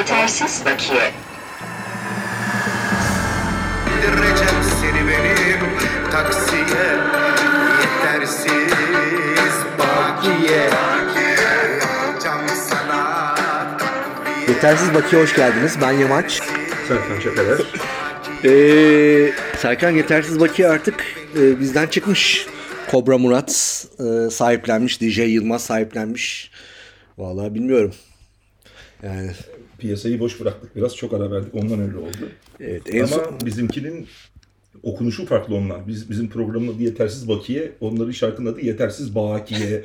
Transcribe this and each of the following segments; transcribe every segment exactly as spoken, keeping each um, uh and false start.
Yetersiz bakiye. Recep seni benim taksiye, yetersiz bakiye. Yapacağım sana takviye. Yetersiz bakiye hoş geldiniz. Ben Yamaç. Serkan Çakalar. Ee, Serkan Yetersiz bakiye artık e, bizden çıkmış. Kobra Murat e, sahiplenmiş. D J Yılmaz sahiplenmiş. Vallahi bilmiyorum. Yani Piyasayı boş bıraktık biraz. Çok ara verdik. Ondan öyle oldu. evet, en Ama son... bizimkinin okunuşu farklı onlar. Biz, bizim programın adı Yetersiz Bakiye. Onların şarkının adı Yetersiz Bakiye.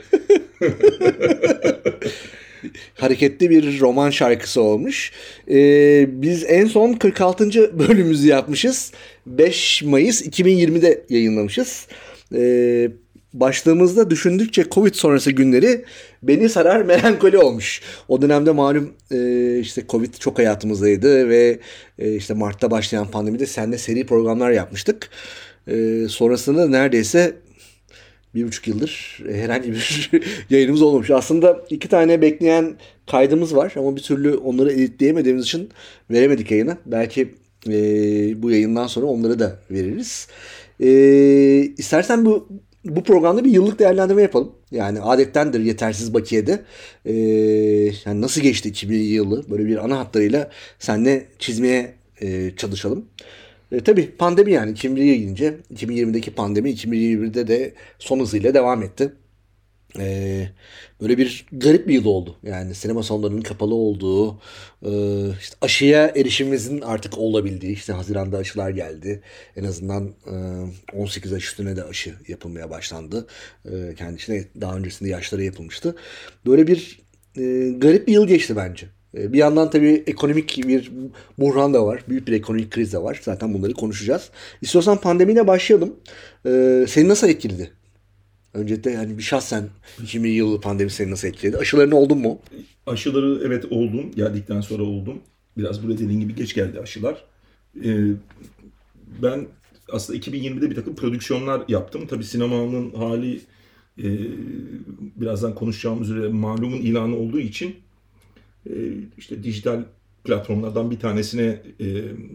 Hareketli bir roman şarkısı olmuş. Ee, biz en son kırk altıncı bölümümüzü yapmışız. beş Mayıs iki bin yirmide yayınlamışız. Ee, başlığımızda düşündükçe Covid sonrası günleri beni sarar melankoli olmuş. O dönemde malum e, işte Covid çok hayatımızdaydı ve e, işte Mart'ta başlayan pandemide seninle seri programlar yapmıştık. E, sonrasında neredeyse bir buçuk yıldır herhangi bir yayınımız olmamış. Aslında iki tane bekleyen kaydımız var ama bir türlü onları editleyemediğimiz için veremedik yayına. Belki e, bu yayından sonra onları da veririz. E, istersen bu bu programda bir yıllık değerlendirme yapalım. Yani adettendir Yetersiz Bakiye'de. E, yani nasıl geçti iki bin yılı? Böyle bir ana hatlarıyla seninle çizmeye e, çalışalım. E, tabii pandemi yani iki bin bire gelince iki bin yirmideki pandemi iki bin yirmi birde de son hızıyla devam etti. E, böyle bir garip bir yıl oldu. Yani sinema salonlarının kapalı olduğu, e, işte aşıya erişimimizin artık olabildiği, işte Haziran'da aşılar geldi. En azından e, on sekiz yaş üstüne de aşı yapılmaya başlandı. E, kendi içine daha öncesinde yaşlara yapılmıştı. Böyle bir e, garip bir yıl geçti bence. Bir yandan tabii ekonomik bir buhran da var. Büyük bir ekonomik kriz de var. Zaten bunları konuşacağız. İstiyorsan pandemiyle başlayalım. Ee, seni nasıl etkiledi? Öncelikle yani bir şahsen iki bin yılı pandemi seni nasıl etkiledi? Aşıların oldun mu? Aşıları evet oldum. Geldikten sonra oldum. Biraz buraya dediğin gibi geç geldi aşılar. Ee, ben aslında iki bin yirmide bir takım prodüksiyonlar yaptım. Tabii sinemanın hali e, birazdan konuşacağımız üzere malumun ilanı olduğu için işte dijital platformlardan bir tanesine e,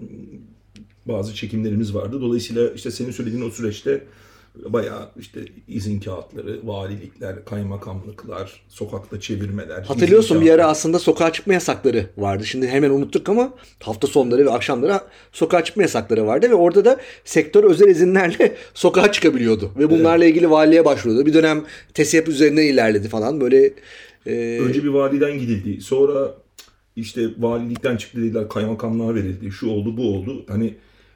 bazı çekimlerimiz vardı. Dolayısıyla işte senin söylediğin o süreçte bayağı işte izin kağıtları, valilikler, kaymakamlıklar, sokakta çevirmeler. Hatırlıyorsun bir ara aslında sokağa çıkma yasakları vardı. Şimdi hemen unuttuk ama hafta sonları ve akşamları sokağa çıkma yasakları vardı ve orada da sektör özel izinlerle sokağa çıkabiliyordu. Ve bunlarla ilgili valiliğe başvuruyordu. Bir dönem TESİAD üzerinden ilerledi falan böyle. Ee... Önce bir validen gidildi. Sonra işte valilikten çıktı dediler, kaymakamlığa verildi. Şu oldu, bu oldu. Hani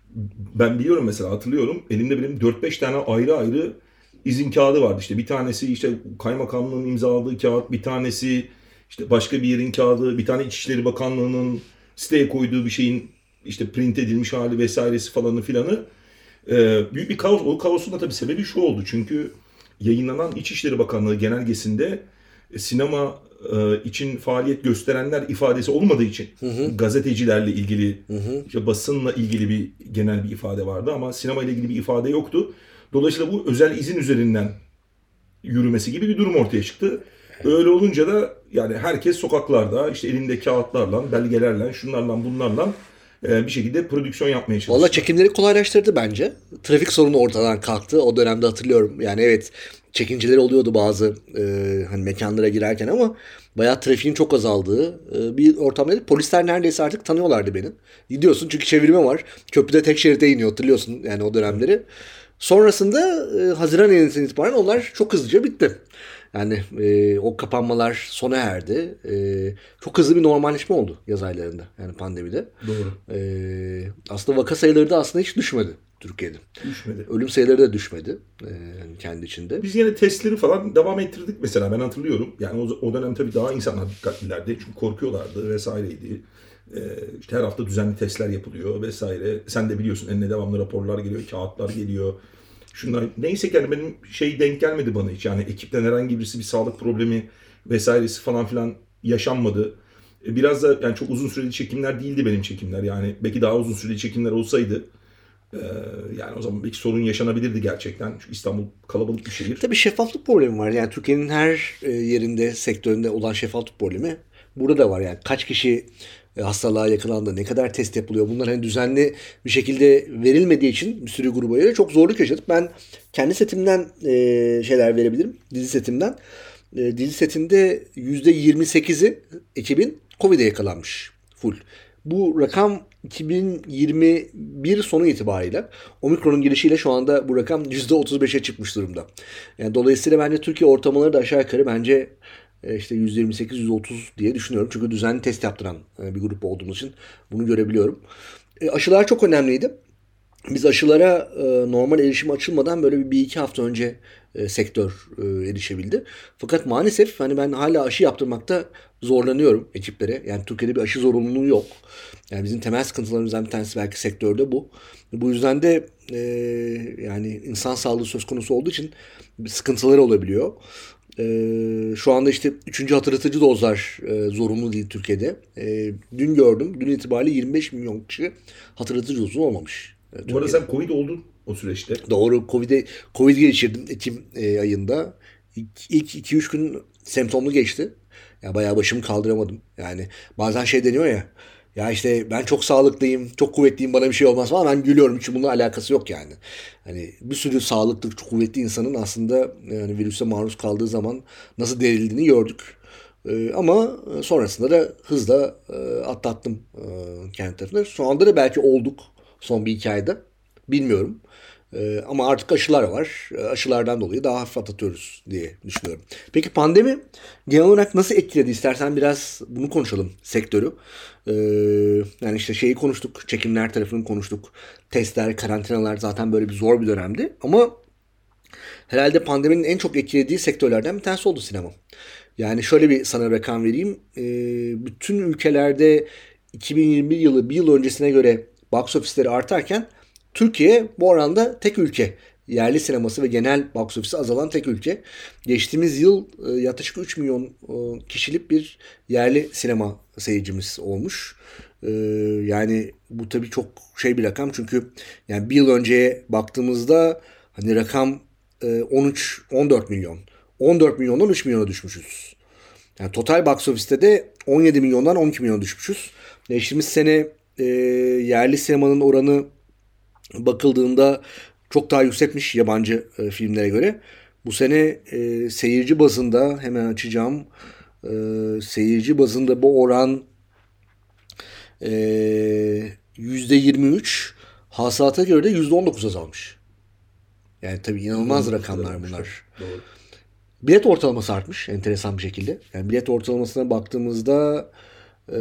ben biliyorum mesela, hatırlıyorum. Elimde benim dört beş tane ayrı ayrı izin kağıdı vardı. İşte bir tanesi işte kaymakamlığın imzaladığı kağıt, bir tanesi işte başka bir yerin kağıdı, bir tane İçişleri Bakanlığı'nın siteye koyduğu bir şeyin işte print edilmiş hali vesairesi falanı filanı. Ee, büyük bir kaos. O kaosun da tabii sebebi şu oldu. Çünkü yayınlanan İçişleri Bakanlığı genelgesinde sinema e, için faaliyet gösterenler ifadesi olmadığı için hı hı. gazetecilerle ilgili, hı hı. işte basınla ilgili bir genel bir ifade vardı ama sinema ile ilgili bir ifade yoktu. Dolayısıyla bu özel izin üzerinden yürümesi gibi bir durum ortaya çıktı. Öyle olunca da yani herkes sokaklarda işte elinde kağıtlarla, belgelerle, şunlarla bunlarla bir şekilde prodüksiyon yapmaya çalıştı. Valla çekimleri kolaylaştırdı bence. Trafik sorunu ortadan kalktı. O dönemde hatırlıyorum. Yani evet çekinceleri oluyordu bazı e, hani mekanlara girerken ama bayağı trafiğin çok azaldığı e, bir ortamdaydı. Polisler neredeyse artık tanıyorlardı beni. Gidiyorsun çünkü çevirme var. Köprüde tek şeride iniyor, hatırlıyorsun yani o dönemleri. Sonrasında e, Haziran ayından itibaren onlar çok hızlıca bitti. Yani e, o kapanmalar sona erdi. E, çok hızlı bir normalleşme oldu yaz aylarında. Yani pandemide. Doğru. E, aslında vaka sayıları da aslında hiç düşmedi Türkiye'de. Düşmedi. Ölüm sayıları da düşmedi. E, yani kendi içinde. Biz yine testleri falan devam ettirdik mesela, ben hatırlıyorum. Yani o, o dönem tabii daha insanlar dikkatlilerdi. Çünkü korkuyorlardı vesaireydi. Ee, işte her hafta düzenli testler yapılıyor vesaire. Sen de biliyorsun, eline devamlı raporlar geliyor, kağıtlar geliyor. Şunlar, neyse ki yani benim şey denk gelmedi bana hiç. Yani ekipten herhangi birisi bir sağlık problemi vesairesi falan filan yaşanmadı. Biraz da yani çok uzun süreli çekimler değildi benim çekimler. Yani belki daha uzun süreli çekimler olsaydı e, yani o zaman belki sorun yaşanabilirdi gerçekten. Çünkü İstanbul kalabalık bir şehir. Tabii şeffaflık problemi var. Yani Türkiye'nin her yerinde, sektöründe olan şeffaflık problemi burada da var. Yani kaç kişi e, hastalığa yakalandı, ne kadar test yapılıyor. Bunlar hani düzenli bir şekilde verilmediği için bir sürü gruba göre çok zorluk yaşadık. Ben kendi setimden e, şeyler verebilirim. Dizi setimden. E, dizi setinde yüzde yirmi sekizi ekibin Covid'e yakalanmış. Full. Bu rakam iki bin yirmi bir sonu itibariyle Omikron'un girişiyle şu anda bu rakam yüzde otuz beşe çıkmış durumda. Yani dolayısıyla bence Türkiye ortalamaları da aşağı yukarı bence e, işte yüzde yirmi sekiz yüzde otuz diye düşünüyorum. Çünkü düzenli test yaptıran e, bir grup olduğumuz için bunu görebiliyorum. E, aşılar çok önemliydi. Biz aşılara e, normal erişim açılmadan böyle bir, bir iki hafta önce e, sektör e, erişebildi. Fakat maalesef hani ben hala aşı yaptırmakta zorlanıyorum ekiplere. Yani Türkiye'de bir aşı zorunluluğu yok. Yani bizim temel sıkıntılarımızdan bir tanesi belki sektörde bu. Bu yüzden de e, yani insan sağlığı söz konusu olduğu için sıkıntıları olabiliyor. Ee, şu anda işte üçüncü hatırlatıcı dozlar e, zorunlu değil Türkiye'de. E, dün gördüm. Dün itibariyle yirmi beş milyon kişi hatırlatıcı dozu olmamış. E, Bu arada Türkiye'de. sen Covid oldun o süreçte. Doğru. Covid'e Covid geçirdim Ekim e, ayında. İlk, ilk iki üç gün semptomlu geçti. Ya bayağı başımı kaldıramadım. Yani bazen şey deniyor ya. Ya işte ben çok sağlıklıyım, çok kuvvetliyim, bana bir şey olmaz falan. Ben gülüyorum. Hiç bununla alakası yok yani. Hani bir sürü sağlıklı, çok kuvvetli insanın aslında yani virüse maruz kaldığı zaman nasıl derildiğini gördük. Ee, ama sonrasında da hızla e, atlattım e, kendi tarafına. Şu anda da belki olduk son bir iki ayda. Bilmiyorum. Ee, ama artık aşılar var. Ee, Aşılardan dolayı daha hafif atlatıyoruz diye düşünüyorum. Peki pandemi genel olarak nasıl etkiledi? İstersen biraz bunu konuşalım, sektörü. Ee, yani işte şeyi konuştuk, çekimler tarafını konuştuk. Testler, karantinalar zaten böyle bir zor bir dönemdi. Ama herhalde pandeminin en çok etkilediği sektörlerden bir tanesi oldu sinema. Yani şöyle bir sana rakam vereyim. Ee, bütün ülkelerde iki bin yirmi bir yılı bir yıl öncesine göre box ofisleri artarken Türkiye bu oranda tek ülke. Yerli sineması ve genel box ofisi azalan tek ülke. Geçtiğimiz yıl e, yaklaşık üç milyon e, kişilik bir yerli sinema seyircimiz olmuş. E, yani bu tabii çok şey bir rakam çünkü yani bir yıl önceye baktığımızda hani rakam e, on üç on dört milyon. on dört milyondan üç milyona düşmüşüz. Yani total box office'te de on yedi milyondan on iki milyona düşmüşüz. Geçtiğimiz sene e, yerli sinemanın oranı bakıldığında çok daha yüksekmiş yabancı e, filmlere göre. Bu sene e, seyirci bazında hemen açacağım. E, seyirci bazında bu oran e, yüzde yirmi üç. Hasılata göre de yüzde on dokuz azalmış. Yani tabii inanılmaz rakamlar bunlar. Doğru. Bilet ortalaması artmış enteresan bir şekilde. Yani bilet ortalamasına baktığımızda e,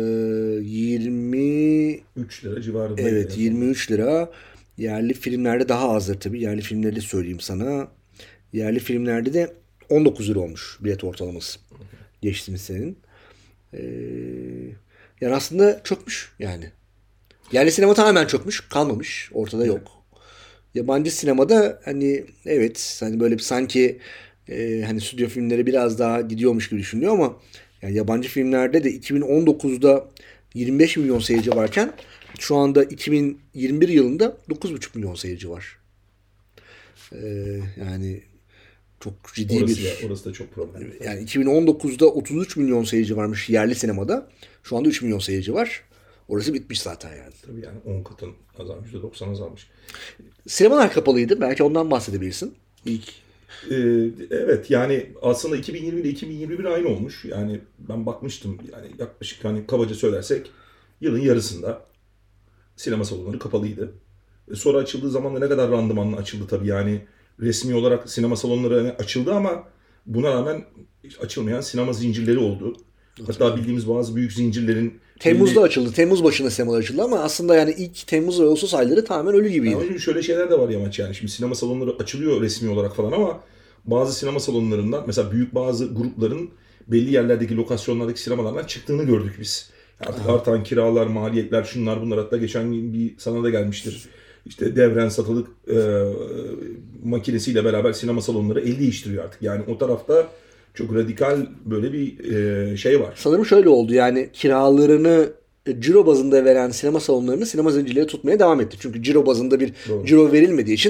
yirmi üç lira civarında. evet yirmi üç lira. Yerli filmlerde daha azdır tabii. Yerli filmleri de söyleyeyim sana. Yerli filmlerde de on dokuz lira olmuş bilet ortalaması. Geçtiğimiz senenin. Ee, yani aslında çökmüş yani. Yerli sinema tamamen çökmüş. Kalmamış. Ortada yok. Yabancı sinemada hani evet hani böyle bir sanki e, hani stüdyo filmleri biraz daha gidiyormuş gibi düşünülüyor ama yani yabancı filmlerde de iki bin on dokuzda yirmi beş milyon seyirci varken şu anda iki bin yirmi bir yılında dokuz buçuk milyon seyirci var. Ee, yani çok ciddi Orası bir da, orası da çok problem. yani iki bin on dokuzda otuz üç milyon seyirci varmış yerli sinemada. Şu anda üç milyon seyirci var. Orası bitmiş zaten yani. Tabii yani on katın azalmış, yüzde doksan azalmış. Sinemalar kapalıydı. Belki ondan bahsedebilirsin. İlk Ee, evet yani aslında iki bin yirmi ile iki bin yirmi bir aynı olmuş. Yani ben bakmıştım yani yaklaşık hani kabaca söylersek yılın yarısında sinema salonları kapalıydı. E, Sonra açıldığı zaman da ne kadar randımanla açıldı tabii yani resmi olarak sinema salonları hani açıldı ama buna rağmen açılmayan sinema zincirleri oldu. Hatta bildiğimiz bazı büyük zincirlerin Temmuz'da belli- açıldı. Temmuz başında sinemalar açıldı ama aslında yani ilk Temmuz ve Ağustos ayları tamamen ölü gibiydi. Ama şimdi şöyle şeyler de var Yamaç yani. Şimdi sinema salonları açılıyor resmi olarak falan ama bazı sinema salonlarından mesela büyük bazı grupların belli yerlerdeki lokasyonlardaki sinemalardan çıktığını gördük biz. Artık artan kiralar, maliyetler, şunlar bunlar hatta geçen gün bir sana da gelmiştir. İşte devren satılık e, makinesiyle beraber sinema salonları el değiştiriyor artık. Yani o tarafta çok radikal böyle bir e, şey var. Sanırım şöyle oldu yani kiralarını e, ciro bazında veren sinema salonlarını sinema zincirleri tutmaya devam etti. Çünkü ciro bazında bir Doğru. ciro verilmediği için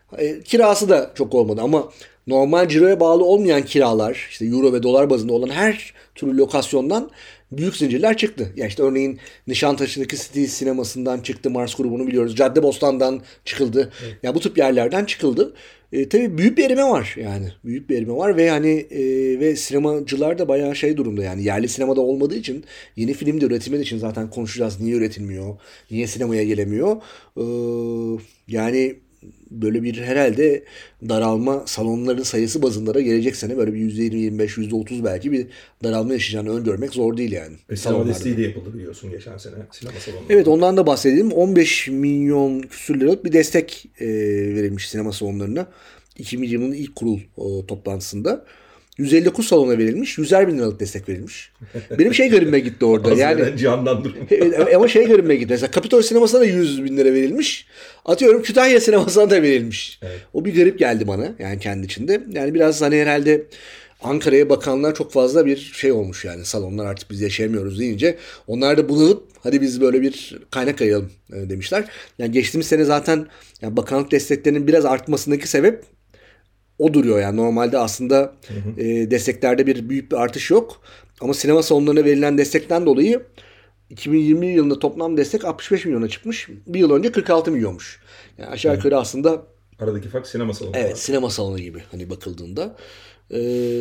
E, kirası da çok olmadı ama normal ciroya bağlı olmayan kiralar, işte euro ve dolar bazında olan her türlü lokasyondan büyük zincirler çıktı. Ya işte örneğin Nişantaşı'ndaki City sinemasından çıktı, Mars grubunu biliyoruz. Caddebostan'dan çıkıldı. Evet. Ya bu tip yerlerden çıkıldı. E, tabii büyük bir erime var yani. Büyük bir erime var ve hani e, ve sinemacılar da bayağı şey durumda yani. Yerli sinemada olmadığı için yeni film de üretilmediği için zaten konuşacağız. Niye üretilmiyor? Niye sinemaya gelemiyor? E, yani böyle bir herhalde daralma, salonların sayısı bazında da gelecek sene böyle bir yüzde yirmi yirmi beş yüzde otuz belki bir daralma yaşayacağını öngörmek zor değil yani. E, sinema desteği de yapıldı biliyorsun geçen sene sinema salonunda. Evet, ondan da bahsedelim. on beş milyon küsür liralık bir destek e, verilmiş sinema salonlarına. iki bin yirminin ilk kurul o, toplantısında. yüz elli dokuz salona verilmiş. yüzer bin liralık destek verilmiş. Benim şey garibime gitti orada. Az yani canlandırma. Ama şey garibime gitti. Mesela Kapitol sinemasına da yüz bin lira verilmiş. Atıyorum Kütahya sinemasına da verilmiş. Evet. O bir garip geldi bana yani kendi içinde. Yani biraz hani herhalde Ankara'ya bakanlar çok fazla bir şey olmuş yani. Salonlar artık biz yaşayamıyoruz deyince onlar da bulanıp hadi biz böyle bir kaynak ayıralım demişler. Yani geçtiğimiz sene zaten yani bakanlık desteklerinin biraz artmasındaki sebep o duruyor yani. Normalde aslında hı hı. E, desteklerde bir büyük bir artış yok. Ama sinema salonlarına verilen destekten dolayı iki bin yirmi yılında toplam destek altmış beş milyona çıkmış. Bir yıl önce kırk altı milyonmuş. Yani aşağı evet. yukarı aslında aradaki fark sinema salonu. Evet, var. Sinema salonu gibi hani bakıldığında. Ee,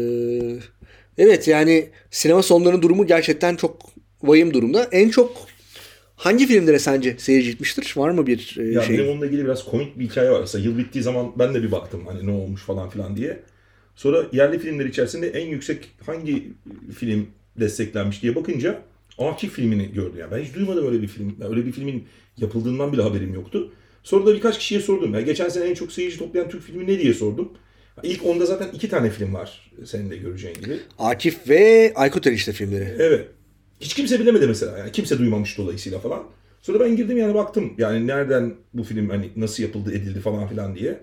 evet yani sinema salonlarının durumu gerçekten çok vahim durumda. En çok hangi filmlere sence seyirci gitmiştir? Var mı bir e, ya şey? Benim onunla ilgili biraz komik bir hikaye var. Mesela yıl bittiği zaman ben de bir baktım hani ne olmuş falan filan diye. Sonra yerli filmler içerisinde en yüksek hangi film desteklenmiş diye bakınca Akif filmini gördüm. Yani ben hiç duymadım öyle bir film. Yani öyle bir filmin yapıldığından bile haberim yoktu. Sonra da birkaç kişiye sordum. Yani geçen sene en çok seyirci toplayan Türk filmi ne diye sordum. İlk onda zaten iki tane film var senin de göreceğin gibi. Akif ve Aykut Erişte filmleri. Evet. Hiç kimse bilemedi mesela. Yani kimse duymamış dolayısıyla falan. Sonra ben girdim yani baktım. Yani nereden bu film hani nasıl yapıldı edildi falan filan diye.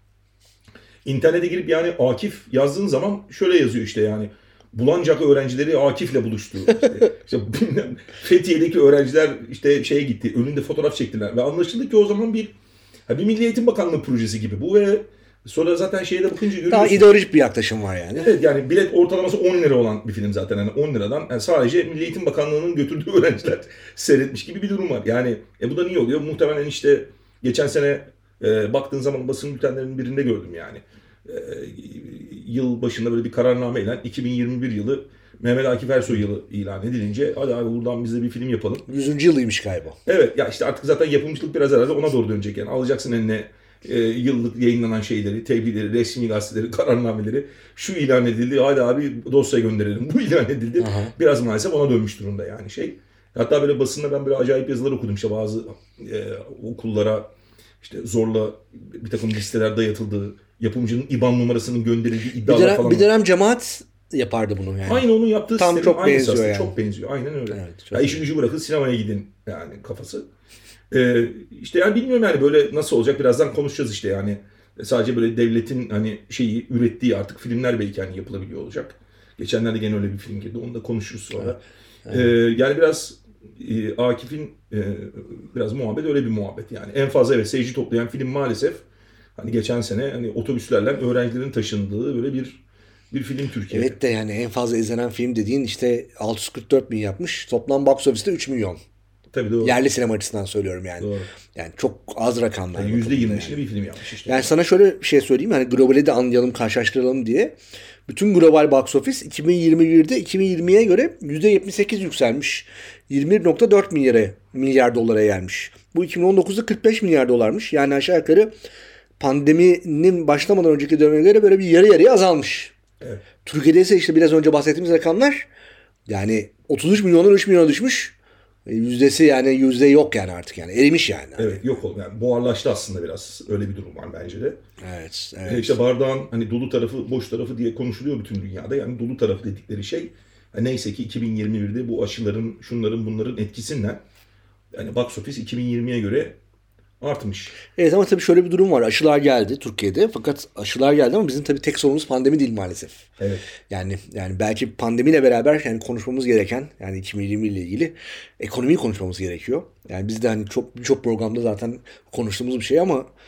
İnternete girip yani Akif yazdığın zaman şöyle yazıyor işte yani. Bulancak öğrencileri Akif'le buluştu. İşte, işte Fethiye'deki öğrenciler işte şeye gitti. Önünde fotoğraf çektiler. Ve anlaşıldı ki o zaman bir bir Milli Eğitim Bakanlığı projesi gibi bu ve sonra zaten şeye de bakınca görüyorsun. Daha ideolojik bir yaklaşım var yani. Evet yani bilet ortalaması on lira olan bir film zaten. Yani on liradan yani sadece Milli Eğitim Bakanlığı'nın götürdüğü öğrenciler seyretmiş gibi bir durum var. Yani e bu da niye oluyor? Muhtemelen işte geçen sene e, baktığın zaman basın bültenlerinin birinde gördüm yani. E, yıl başında böyle bir kararnameyle iki bin yirmi bir yılı Mehmet Akif Ersoy yılı ilan edilince hadi abi buradan biz de bir film yapalım. yüzüncü yılıymış galiba. Evet ya işte artık zaten yapımcılık biraz herhalde ona doğru dönecek yani. Alacaksın eline e, yıllık yayınlanan şeyleri, tebliğleri, resmi gazeteleri, kararnameleri. Şu ilan edildi hadi abi dosya gönderelim. Bu ilan edildi. Aha. Biraz maalesef ona dönmüş durumda yani şey. Hatta böyle basında ben böyle acayip yazılar okudum işte bazı e, okullara işte zorla bir takım listeler dayatıldığı, yapımcının İ B A N numarasının gönderildiği iddialar bir dönem, falan. Bir dönem cemaat yapardı bunu yani. Aynı onun yaptığı tam sistemin çok aynısı benziyor aslında. yani. Çok benziyor. Aynen öyle. Evet, ya işi gücü bırakın sinemaya gidin yani kafası. Ee, işte yani bilmiyorum yani böyle nasıl olacak birazdan konuşacağız işte yani. Sadece böyle devletin hani şeyi ürettiği artık filmler belki hani yapılabiliyor olacak. Geçenlerde gene öyle bir film girdi. Onu da konuşuruz sonra. Evet. Evet. Ee, yani biraz e, Akif'in e, biraz muhabbet öyle bir muhabbet yani. En fazla evet seyirci toplayan film maalesef hani geçen sene hani otobüslerle öğrencilerin taşındığı böyle bir bir film Türkiye'de. Evet de yani en fazla izlenen film dediğin işte altı yüz kırk dört bin yapmış. Toplam box office'te üç milyon. Tabii doğru. Yerli sinema açısından söylüyorum yani. Doğru. Yani çok az rakamlar. Yani yüzde yirmi beşini bir film yapmış işte. Yani sana şöyle bir şey söyleyeyim. Hani globali de anlayalım, karşılaştıralım diye. Bütün global box office iki bin yirmi birde iki bin yirmiye göre yüzde yetmiş sekiz yükselmiş. yirmi bir virgül dört milyara, milyar dolara gelmiş. Bu iki bin on dokuzda kırk beş milyar dolarmış. Yani aşağı yukarı pandeminin başlamadan önceki döneme göre böyle bir yarı yarıya azalmış. Evet. Türkiye'de ise işte biraz önce bahsettiğimiz rakamlar yani otuz üç milyondan üç milyona düşmüş. Yüzdesi yani yüzde yok yani artık yani erimiş yani. Evet yok oldu yani buharlaştı aslında biraz öyle bir durum var bence de. Evet. evet. Yani işte bardağın hani dolu tarafı boş tarafı diye konuşuluyor bütün dünyada yani dolu tarafı dedikleri şey neyse ki iki bin yirmi birde bu aşıların şunların bunların etkisinden yani box office iki bin yirmiye göre artmış. Evet ama tabii şöyle bir durum var. Aşılar geldi Türkiye'de. Fakat aşılar geldi ama bizim tabii tek sorunumuz pandemi değil maalesef. Evet. Yani yani belki pandemiyle beraber yani konuşmamız gereken yani iki bin yirmi ile ilgili ekonomiyi konuşmamız gerekiyor. Yani biz de hani çok birçok programda zaten konuştuğumuz bir şey ama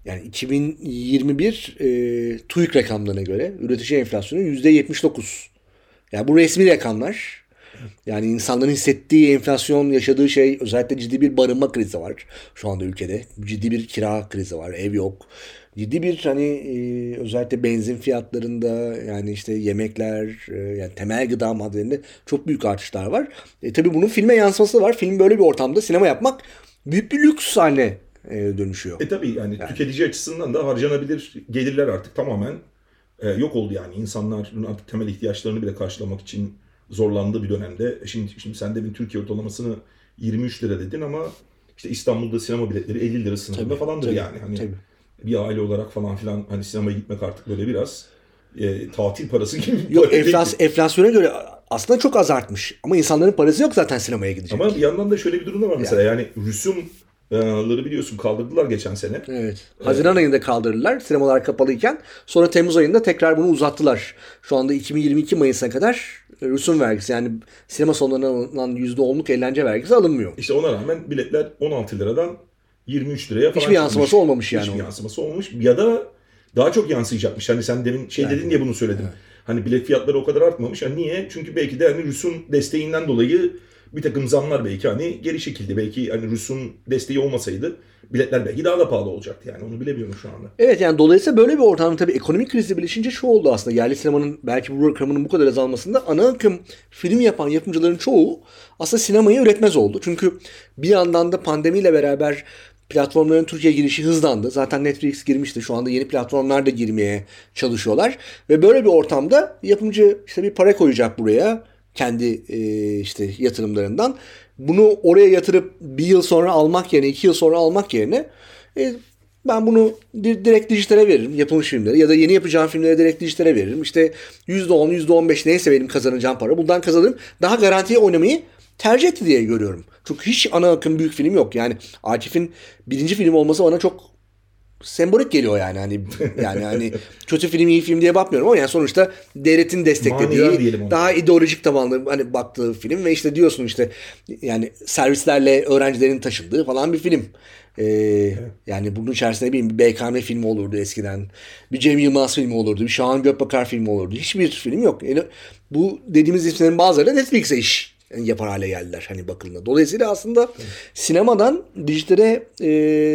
Yani iki bin yirmi bir e, TÜİK rakamlarına göre üretici enflasyonu yüzde yetmiş dokuz. Yani bu resmi rakamlar. Yani insanların hissettiği enflasyon, yaşadığı şey, özellikle ciddi bir barınma krizi var şu anda ülkede. Ciddi bir kira krizi var, ev yok. Ciddi bir hani e, özellikle benzin fiyatlarında, yani işte yemekler, e, yani temel gıda maddelerinde çok büyük artışlar var. E, tabii bunun filme yansıması var. Film böyle bir ortamda sinema yapmak büyük bir lüks haline e, dönüşüyor. E tabii yani, yani tüketici açısından da harcanabilir gelirler artık tamamen e, yok oldu yani. İnsanların artık temel ihtiyaçlarını bile karşılamak için zorlandığı bir dönemde. Şimdi, şimdi sen de bir Türkiye ortalamasını yirmi üç lira dedin ama işte İstanbul'da sinema biletleri elli lira sınırında Tabii, falandır tabii, yani. Hani tabii. bir aile olarak falan filan hani sinemaya gitmek artık böyle biraz e, tatil parası gibi. Yok, enflas enflasyona göre aslında çok az artmış. Ama insanların parası yok zaten sinemaya gidecek. Ama bir yandan da şöyle bir durum da var mesela, yani, yani rüsumları biliyorsun kaldırdılar geçen sene. Evet. Haziran ee, ayında kaldırdılar sinemalar kapalıyken. Sonra Temmuz ayında tekrar bunu uzattılar. Şu anda iki bin yirmi iki Mayıs'a kadar rüsum vergisi, yani sinema salonlarına alınan yüzde onluk eğlence vergisi alınmıyor. İşte ona rağmen biletler on altı liradan yirmi üç liraya falan Hiçbir yansıması çıkmış. olmamış yani. Hiçbir onun. yansıması olmamış. Ya da daha çok yansıyacakmış. Hani sen demin şey yani, dedin diye bunu söyledim. Evet. Hani bilet fiyatları o kadar artmamış. Hani niye? Çünkü belki de hani rüsum desteğinden dolayı bir takım zamlar belki hani geri çekildi. Belki hani rüsum desteği olmasaydı biletler belki daha da pahalı olacaktı yani. Onu bilemiyorum şu anda. Evet, yani dolayısıyla böyle bir ortamda tabii ekonomik krizle birleşince şu oldu aslında. Yerli sinemanın belki bu rakamının bu kadar azalmasında ana akım film yapan yapımcıların çoğu aslında sinemayı üretmez oldu. Çünkü bir yandan da pandemiyle beraber platformların Türkiye'ye girişi hızlandı. Zaten Netflix girmişti. Şu anda yeni platformlar da girmeye çalışıyorlar. Ve böyle bir ortamda yapımcı işte bir para koyacak buraya, kendi e, işte yatırımlarından. Bunu oraya yatırıp bir yıl sonra almak yerine, iki yıl sonra almak yerine e, ben bunu di- direkt dijitale veririm, yapılmış filmleri, ya da yeni yapacağım filmleri direkt dijitale veririm. İşte yüzde on, yüzde on beş neyse benim kazanacağım para, bundan kazanırım. Daha garantiye oynamayı tercih etti diye görüyorum. Çünkü hiç ana akım büyük film yok. Yani Akif'in birinci film olması bana çok sembolik geliyor yani. Hani yani hani kötü film iyi film diye bakmıyorum ama yani sonuçta devletin desteklediği, daha ideolojik tabanlı hani baktığı film ve işte diyorsun işte yani servislerle öğrencilerin taşındığı falan bir film. Ee, evet. Yani bunun içerisinde bir B K M filmi olurdu eskiden. Bir Cem Yılmaz filmi olurdu. Bir Şahan Gökbakar filmi olurdu. Hiçbir film yok. Yani bu dediğimiz isimlerin bazıları Netflix'e iş yapar hale geldiler hani bakıldığında. Dolayısıyla aslında evet, sinemadan dijitale e,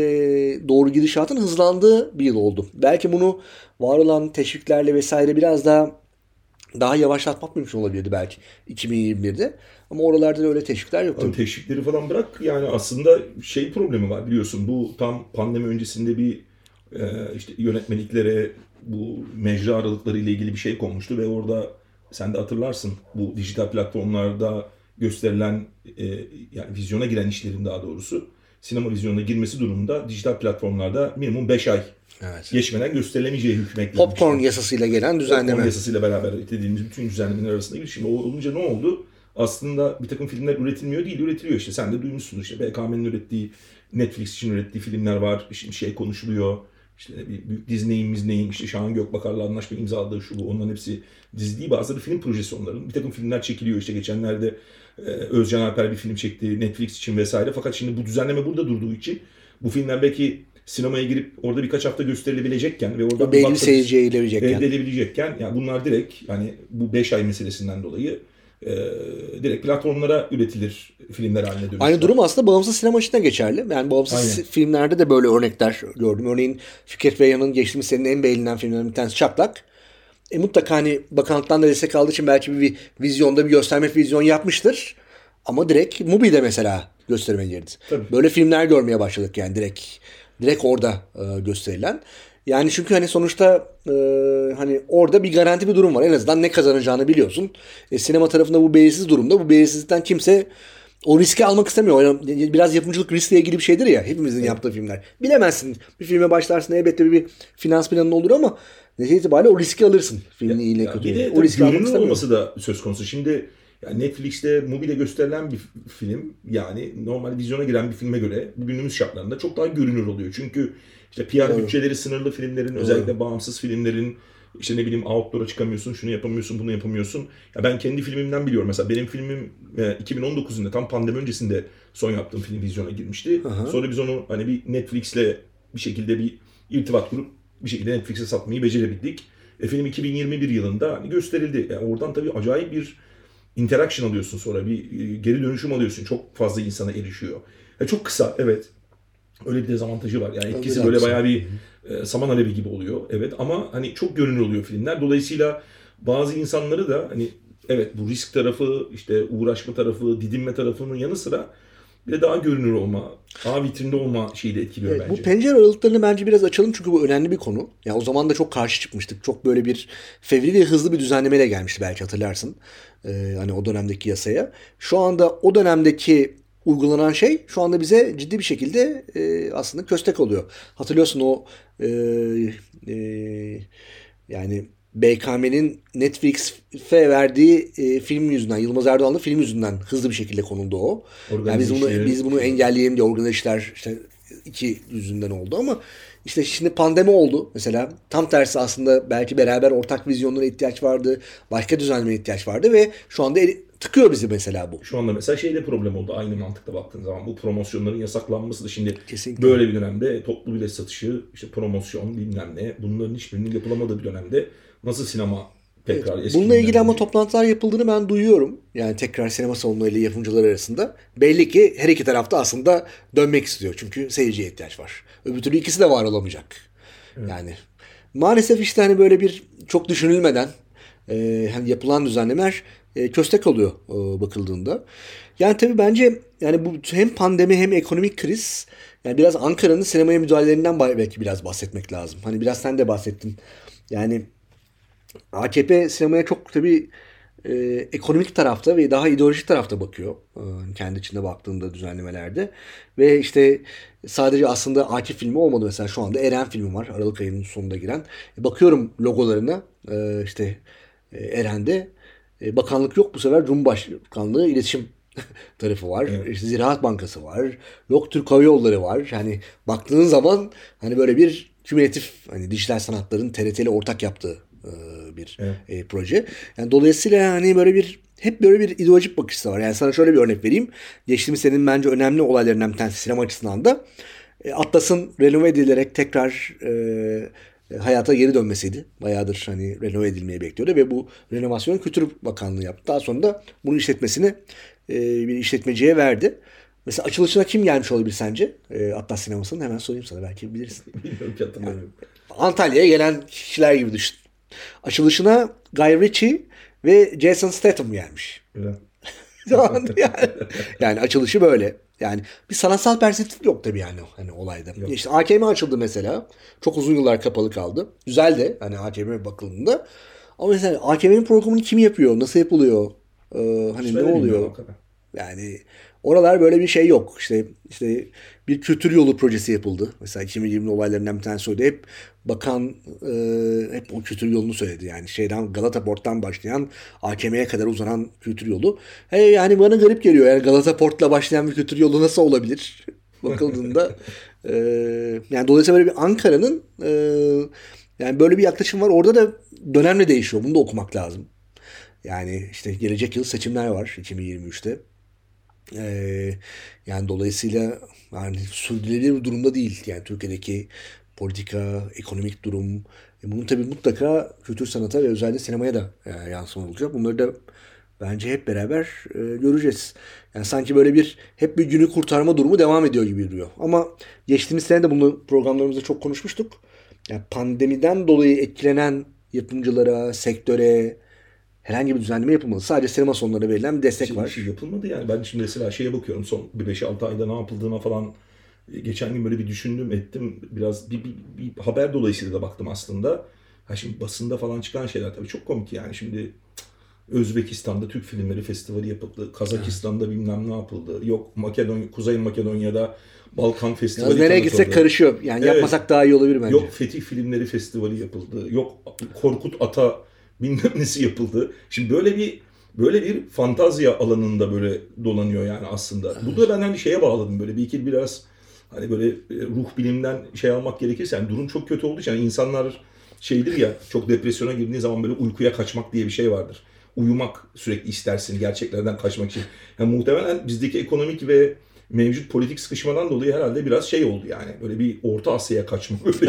doğru gidişatın hızlandığı bir yıl oldu. Belki bunu var olan teşviklerle vesaire biraz daha daha yavaşlatmak mümkün olabilirdi belki iki bin yirmi birde. Ama oralarda da öyle teşvikler yok. Abi teşvikleri falan bırak, yani aslında şey problemi var biliyorsun, bu tam pandemi öncesinde bir e, işte yönetmeliklere bu mecra aralıkları ile ilgili bir şey konmuştu ve orada sen de hatırlarsın, bu dijital platformlarda gösterilen e, yani vizyona giren işlerin daha doğrusu sinema vizyonuna girmesi durumunda dijital platformlarda minimum beş ay evet, geçmeden gösterilemeyeceği hükmetlenmişti. Popcorn yasasıyla gelen düzenleme. Popcorn yasasıyla beraber dediğimiz bütün düzenlemeler arasında bir şimdi olunca ne oldu? Aslında bir takım filmler üretilmiyor değil, üretiliyor işte. Sen de duymuşsundur işte B K M'nin ürettiği, Netflix için ürettiği filmler var. Şimdi şey konuşuluyor. İşte büyük Disney'in, Disney'in işte Şahan Gökbakar'la anlaşma imzaladığı şu bu. Onların hepsi dizi değil, bazıları film projesi onların. Bir takım filmler çekiliyor işte. Geçenlerde e, Özcan Alper bir film çekti Netflix için vesaire. Fakat şimdi bu düzenleme burada durduğu için bu filmler belki sinemaya girip orada birkaç hafta gösterilebilecekken ve orada belli seyirciye gidebilecekken, elde edilebilecekken, yani bunlar direkt yani bu beş ay meselesinden dolayı e, direkt platformlara üretilir filmler haline dönüşüyor. Aynı durum aslında bağımsız sinema için de geçerli. Yani bağımsız Aynen. filmlerde de böyle örnekler gördüm. Örneğin Fikret Reyhan'ın geçtiğimiz senenin en beğenilen filmlerinden bir tanesi Çatlak. E, mutlaka hani bakanlıktan da destek aldığı için belki bir vizyonda bir gösterme vizyon yapmıştır. Ama direkt Mubi'de mesela gösterime girdi. Tabii. Böyle filmler görmeye başladık yani direkt direkt orada e, gösterilen. Yani çünkü hani sonuçta e, hani orada bir garanti bir durum var. En azından ne kazanacağını biliyorsun. E, sinema tarafında bu belirsiz durumda. Bu belirsizlikten kimse o riski almak istemiyor. Yani biraz yapımcılık riskle ilgili bir şeydir ya. Hepimizin evet. yaptığı filmler. Bilemezsin. Bir filme başlarsın elbette bir finans planın olur ama netice itibariyle o riski alırsın. Filmin iyiliğine kötüye. Bir de o riski almak olması da söz konusu. Şimdi yani Netflix'te, Mubi'de gösterilen bir film, yani normal vizyona giren bir filme göre günümüz şartlarında çok daha görünür oluyor. Çünkü işte P R evet. bütçeleri sınırlı filmlerin, evet. özellikle bağımsız filmlerin, işte ne bileyim outdoor'a çıkamıyorsun, şunu yapamıyorsun, bunu yapamıyorsun. Ya ben kendi filmimden biliyorum. Mesela benim filmim iki bin on dokuz yılında tam pandemi öncesinde son yaptığım film vizyona girmişti. Aha. Sonra biz onu hani bir Netflix'le bir şekilde bir irtibat kurup bir şekilde Netflix'e satmayı becerebildik. E, film iki bin yirmi bir yılında hani gösterildi. Yani oradan tabii acayip bir interaction alıyorsun sonra. Bir e, geri dönüşüm alıyorsun. Çok fazla insana erişiyor. E, çok kısa evet. Öyle bir dezavantajı var. Yani etkisi böyle bayağı bir e, saman alevi gibi oluyor. Evet ama hani çok görünür oluyor filmler. Dolayısıyla bazı insanları da hani evet bu risk tarafı, işte uğraşma tarafı, didinme tarafının yanı sıra bir de daha görünür olma, daha vitrinde olma şeyi de etkiliyor Evet, bence. bu pencere aralıklarını bence biraz açalım çünkü bu önemli bir konu. Yani o zaman da çok karşı çıkmıştık. Çok böyle bir fevri ve hızlı bir düzenlemeyle gelmişti belki hatırlarsın. Ee, hani o dönemdeki yasaya. Şu anda o dönemdeki uygulanan şey şu anda bize ciddi bir şekilde e, aslında köstek oluyor. Hatırlıyorsun o e, e, yani B K M'nin Netflix'e verdiği e, film yüzünden, Yılmaz Erdoğan'ın film yüzünden hızlı bir şekilde konuldu o. Yani biz bunu Organize biz bunu engelleyelim diye organize işler işte iki yüzünden oldu ama işte şimdi pandemi oldu mesela. Tam tersi aslında belki beraber ortak vizyonlara ihtiyaç vardı. Başka düzenlemeye ihtiyaç vardı ve şu anda eli- tıkıyor bizi mesela bu. Şu anda mesela şeyde problem oldu aynı mantıkla baktığın zaman. Bu promosyonların yasaklanması da şimdi Kesinlikle. böyle bir dönemde toplu bilet satışı, işte promosyon bilmem ne bunların hiçbirinin yapılamadığı bir dönemde nasıl sinema tekrar eski Bununla ilgili ama günlerdeki- toplantılar yapıldığını ben duyuyorum. Yani tekrar sinema salonları ile yapımcılar arasında. Belli ki her iki tarafta aslında dönmek istiyor. Çünkü seyirciye ihtiyaç var. Öbür türlü ikisi de var olamayacak. Yani maalesef işte hani böyle bir çok düşünülmeden e, hani yapılan düzenlemeler e, köstek oluyor e, bakıldığında. Yani tabii bence yani bu hem pandemi hem ekonomik kriz yani biraz Ankara'nın sinemaya müdahalelerinden belki biraz bahsetmek lazım. Hani biraz sen de bahsettin. Yani A K P sinemaya çok tabii e, ekonomik tarafta ve daha ideolojik tarafta bakıyor. E, kendi içinde baktığında düzenlemelerde. Ve işte sadece aslında Akif filmi olmadı mesela şu anda Eren filmi var. Aralık ayının sonunda giren. E, bakıyorum logolarına e, işte e, Eren'de e, bakanlık yok bu sefer Cumhurbaşkanlığı iletişim tarafı var. Evet. İşte Ziraat Bankası var. Yok Türk Hava Yolları var. Yani baktığın zaman hani böyle bir kümülatif hani dijital sanatların T R T ile ortak yaptığı e, bir Evet. e, proje. Yani dolayısıyla hani böyle bir hep böyle bir ideolojik bakış da var. Yani sana şöyle bir örnek vereyim. Geçtiğimiz senenin bence önemli olaylarından bir tanesi sinema açısından da e, Atlas'ın renove edilerek tekrar e, hayata geri dönmesiydi. Bayağıdır hani renove edilmeyi bekliyordu ve bu renovasyon Kültür Bakanlığı yaptı. Daha sonra da bunun işletmesini e, bir işletmeciye verdi. Mesela açılışına kim gelmiş olabilir sence? E, Atlas Sineması'nın hemen sorayım sana belki bilirsin. Bilmiyorum ki hatırlamıyorum. Antalya'ya gelen kişiler gibi düşün. Açılışına Guy Ritchie ve Jason Statham gelmiş. Öyle. yani, yani açılışı böyle. Yani bir sanatsal perspektif yok tabii yani hani olayda. İşte A K M açıldı mesela. Çok uzun yıllar kapalı kaldı. Güzel de hani A K M bakıldığında. Ama mesela A K M'nin programını kim yapıyor? Nasıl yapılıyor? Ee, hani Hiç ne ben de bilmiyorum oluyor? hakikaten. Yani oralar böyle bir şey yok. İşte işte bir kültür yolu projesi yapıldı. Mesela iki bin yirmi olaylarından bir tanesi oydu. Hep bakan e, hep o kültür yolunu söyledi. Yani şeyden Galata Port'tan başlayan A K M'ye kadar uzanan kültür yolu. He, yani bana garip geliyor. Yani Galata Port'la başlayan bir kültür yolu nasıl olabilir? Bakıldığında e, yani dolayısıyla böyle bir Ankara'nın e, yani böyle bir yaklaşım var. Orada da dönemle değişiyor. Bunu da okumak lazım. Yani işte gelecek yıl seçimler var iki bin yirmi üçte. Ee, yani dolayısıyla yani sürdürülebilir bir durumda değil. Yani Türkiye'deki politika, ekonomik durum. E, bunun tabii mutlaka kültür sanata ve özellikle sinemaya da e, yansıma olacak. Bunları da bence hep beraber e, göreceğiz. Yani sanki böyle bir hep bir günü kurtarma durumu devam ediyor gibi duruyor. Ama geçtiğimiz sene de bunu programlarımızda çok konuşmuştuk. Yani pandemiden dolayı etkilenen yapımcılara, sektöre herhangi bir düzenleme yapılmadı. Sadece sinema salonlarına verilen bir destek Şey, var. bir şey yapılmadı yani. Ben şimdi mesela şeye bakıyorum son bir beş altı ayda ne yapıldığına falan e, geçen gün böyle bir düşündüm ettim. Biraz bir, bir, bir haber dolayısıyla da baktım aslında. Ha şimdi basında falan çıkan şeyler tabii çok komik yani. Şimdi cık, Özbekistan'da Türk Filmleri Festivali yapıldı. Kazakistan'da bilmem ne yapıldı. Yok Makedonya, Kuzey Makedonya'da Balkan Festivali Yalnız nereye tanıtıldı. gitsek karışıyor. Yani Evet. yapmasak daha iyi olabilir bence. Yok Fetih Filmleri Festivali yapıldı. Yok Korkut Ata bilmem nesi yapıldı. Şimdi böyle bir böyle bir fantazya alanında böyle dolanıyor yani aslında. Evet. Bu da ben hani şeye bağladım böyle bir iki biraz hani böyle e, ruh bilimden şey almak gerekirse yani durum çok kötü olduğu için yani insanlar şeydir ya çok depresyona girdiği zaman böyle uykuya kaçmak diye bir şey vardır. Uyumak sürekli istersin gerçeklerden kaçmak için. Yani muhtemelen bizdeki ekonomik ve mevcut politik sıkışmadan dolayı herhalde biraz şey oldu yani. Böyle bir Orta Asya'ya kaçma böyle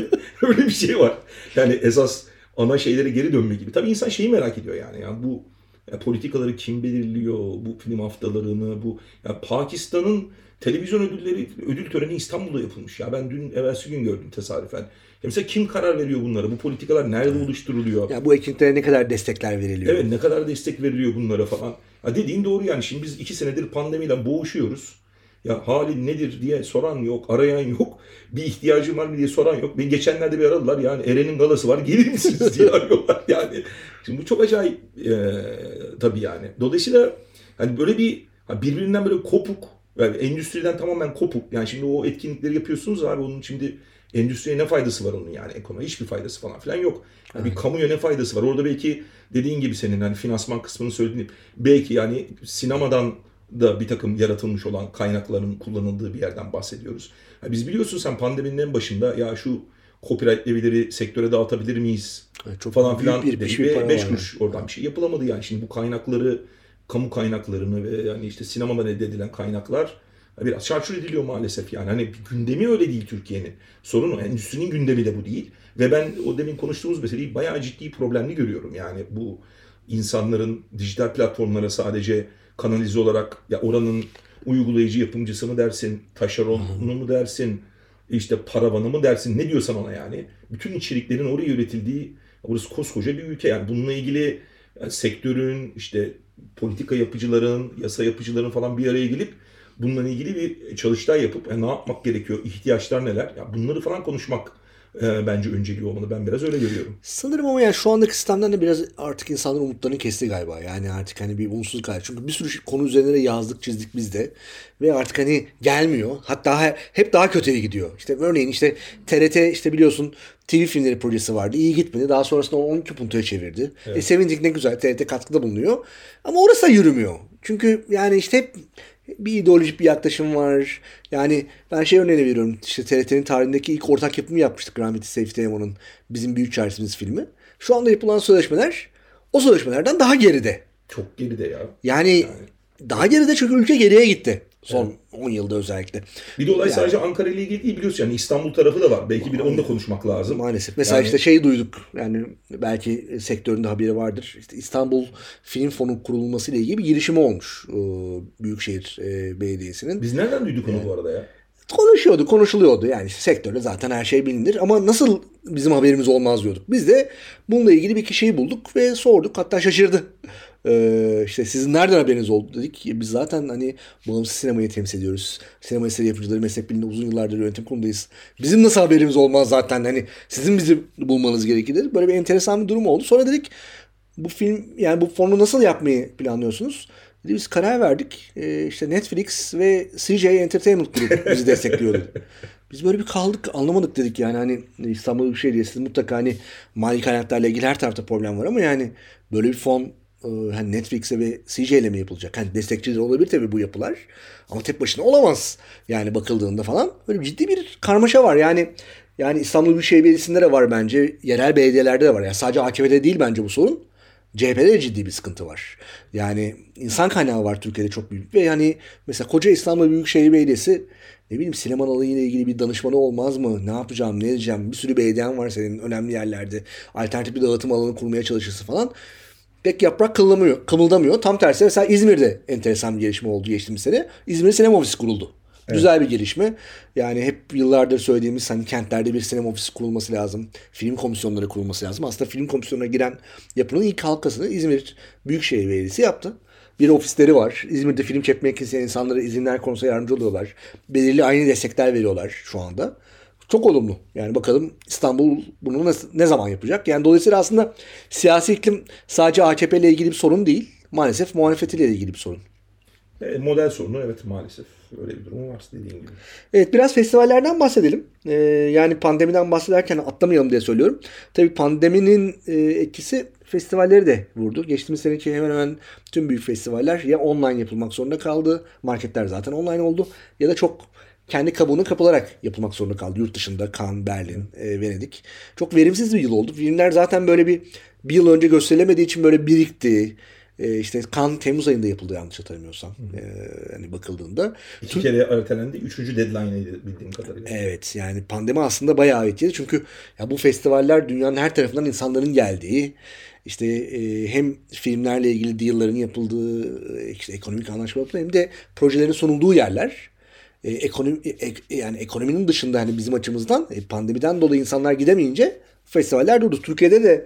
Öyle bir şey var. Yani esas ana şeylere geri dönme gibi. Tabii insan şeyi merak ediyor yani. Yani bu ya politikaları kim belirliyor? Bu film haftalarını, bu ya Pakistan'ın televizyon ödülleri, ödül töreni İstanbul'da yapılmış. Ya ben dün evvelsi gün gördüm tesadüfen. Ya mesela kim karar veriyor bunlara? Bu politikalar nerede oluşturuluyor? Ya bu etkinliklere ne kadar destekler veriliyor? Evet, ne kadar destek veriliyor bunlara falan. Ya dediğin doğru yani. Şimdi biz iki senedir pandemiyle boğuşuyoruz. Ya halin nedir diye soran yok, arayan yok. Bir ihtiyacın var mı diye soran yok. Beni geçenlerde bir aradılar. Yani Eren'in galası var, gelir misiniz diye arıyorlar yani. Şimdi bu çok acayip e, tabii yani. Dolayısıyla hani böyle bir birbirinden böyle kopuk, yani endüstriden tamamen kopuk. Yani şimdi o etkinlikleri yapıyorsunuz abi, onun şimdi endüstriye ne faydası var onun yani, ekonomi hiçbir faydası falan filan yok. Yani bir kamuya ne faydası var? Orada belki dediğin gibi senin hani finansman kısmını söylediğin, belki yani sinemadan da bir takım yaratılmış olan kaynakların kullanıldığı bir yerden bahsediyoruz. Ya biz biliyorsun sen pandeminin en başında ya şu copyright levileri sektöre dağıtabilir miyiz Evet, çok falan büyük filan bir- dedik bir para ve beş var kuruş oradan bir şey yapılamadı yani. Şimdi bu kaynakları, kamu kaynaklarını ve yani işte sinemadan elde edilen kaynaklar biraz çarçur ediliyor maalesef yani. Hani gündemi öyle değil Türkiye'nin. Sorun o. Endüstrinin gündemi de bu değil. Ve ben o demin konuştuğumuz meseleyi bayağı ciddi problemli görüyorum. Yani bu insanların dijital platformlara sadece kanalize olarak, ya oranın uygulayıcı yapımcısı mı dersin, taşeronu mu dersin, işte paravanı mı dersin, ne diyorsan ona yani. Bütün içeriklerin oraya üretildiği, burası koskoca bir ülke yani. Bununla ilgili yani sektörün, işte politika yapıcıların, yasa yapıcıların falan bir araya gelip bununla ilgili bir çalıştay yapıp yani ne yapmak gerekiyor, ihtiyaçlar neler, ya bunları falan konuşmak e, bence önceliği olmalı. Ben biraz öyle görüyorum. Sanırım ama yani şu andaki sistemden de biraz artık insanların umutlarını kesti galiba. Yani artık hani bir umutsuzluk var. Çünkü bir sürü şey- konu üzerine de yazdık, çizdik biz de. Ve artık hani gelmiyor. Hatta he- hep daha kötüye gidiyor. İşte örneğin işte T R T işte biliyorsun T V filmleri projesi vardı. İyi gitmedi. Daha sonrasında on iki puntoya çevirdi. E sevindik, ne güzel, T R T katkıda bulunuyor. Ama orası da yürümüyor. Çünkü yani işte hep bir ideolojik bir yaklaşım var. Yani ben şey örneğini veriyorum. İşte T R T'nin tarihindeki ilk ortak yapımı yapmıştık, rahmetli Seyfi Teoman'ın Bizim Büyük Çaresimiz filmi. Şu anda yapılan sözleşmeler o sözleşmelerden daha geride. Çok geride ya. Yani, daha geride çünkü ülke geriye gitti. Son on yılda özellikle. Bir de olay Yani- sadece Ankara ile ilgili değil, biliyorsun yani İstanbul tarafı da var. Belki bir de onu da konuşmak lazım. Maalesef. Mesela Yani- işte şey duyduk. Yani belki sektöründe haberi vardır. İşte İstanbul Film Fonu kurulması ile ilgili bir girişimi olmuş. e, Büyükşehir e, Belediyesi'nin. Biz nereden duyduk onu bu arada ya? Konuşuyordu, konuşuluyordu. Yani işte sektörde zaten her şey bilinir. Ama nasıl bizim haberimiz olmaz diyorduk. Biz de bununla ilgili bir kişiyi bulduk ve sorduk. Hatta şaşırdı. Ee, işte sizin nereden haberiniz oldu dedik. Biz zaten hani bağımsız sinemayı temsil ediyoruz. Sinema eseri yapımcıları meslek birliğinde uzun yıllardır yönetim kurulundayız. Bizim nasıl haberimiz olmaz zaten, hani sizin bizi bulmanız gerekir dedik. Böyle bir enteresan bir durum oldu. Sonra dedik bu film, yani bu fonu nasıl yapmayı planlıyorsunuz? Dedi, biz karar verdik. Ee, işte Netflix ve C J Entertainment Group bizi destekliyordu. Biz böyle bir kaldık, anlamadık dedik yani. Hani İstanbul Büyükşehir Belediyesi mutlaka hani mali kaynaklarla ilgili her tarafta problem var ama yani böyle bir fon e, hani Netflix'e ve C J ile mi yapılacak? Hani destekçileri olabilir tabii bu yapılar. Ama tek başına olamaz. Yani bakıldığında falan böyle ciddi bir karmaşa var. Yani yani İstanbul Büyükşehir Belediyesi'nde de var bence. Yerel belediyelerde de var. Yani sadece A K P'de değil bence bu sorun. C H P'de de ciddi bir sıkıntı var. Yani insan kaynağı var Türkiye'de çok büyük. Ve yani mesela koca İstanbul Büyükşehir Belediyesi, ne bileyim, sinema alanıyla ilgili bir danışmanı olmaz mı? Ne yapacağım, ne edeceğim? Bir sürü belediyen var senin önemli yerlerde. Alternatif bir dağıtım alanı kurmaya çalışırsa falan. Pek yaprak kımıldamıyor. kımıldamıyor. Tam tersi mesela İzmir'de enteresan bir gelişme oldu geçtiğimiz sene. İzmir Sinema Ofisi kuruldu. Güzel bir gelişme. Yani hep yıllardır söylediğimiz hani kentlerde bir sinema ofisi kurulması lazım. Film komisyonları kurulması lazım. Aslında film komisyonuna giren yapının ilk halkasını İzmir Büyükşehir Belediyesi yaptı. Bir ofisleri var. İzmir'de film çekmek isteyen insanlara izinler konusunda yardımcı oluyorlar. Belirli aynı destekler veriyorlar şu anda. Çok olumlu. Yani bakalım İstanbul bunu nasıl, ne zaman yapacak? Yani dolayısıyla aslında siyasi iklim sadece A K P ile ilgili bir sorun değil. Maalesef muhalefetiyle ilgili bir sorun. E, model sorunu, evet, maalesef öyle bir durum var dediğin gibi. Evet, biraz festivallerden bahsedelim. Ee, yani pandemiden bahsederken atlamayalım diye söylüyorum. Tabii pandeminin e, etkisi festivalleri de vurdu. Geçtiğimiz seneki hemen hemen tüm büyük festivaller ya online yapılmak zorunda kaldı. Marketler zaten online oldu. Ya da çok kendi kabuğuna kapılarak yapılmak zorunda kaldı. Yurt dışında Cannes, Berlin, e, Venedik. Çok verimsiz bir yıl oldu. Filmler zaten böyle bir bir yıl önce gösterilemediği için böyle birikti. E, işte Cannes Temmuz ayında yapıldı yanlış hatırlamıyorsam. E, hani bakıldığında. İki kere ertelendi. Üçüncü deadline'ıydı bildiğim kadarıyla. Evet, yani pandemi aslında bayağı etkili. Çünkü ya bu festivaller dünyanın her tarafından insanların geldiği, işte e, hem filmlerle ilgili deal'ların yapıldığı, e, işte ekonomik anlaşmalar hem de projelerin sunulduğu yerler. E, ekonomi e, e, yani ekonominin dışında hani bizim açımızdan e, pandemiden dolayı insanlar gidemeyince festivaller durdu. Türkiye'de de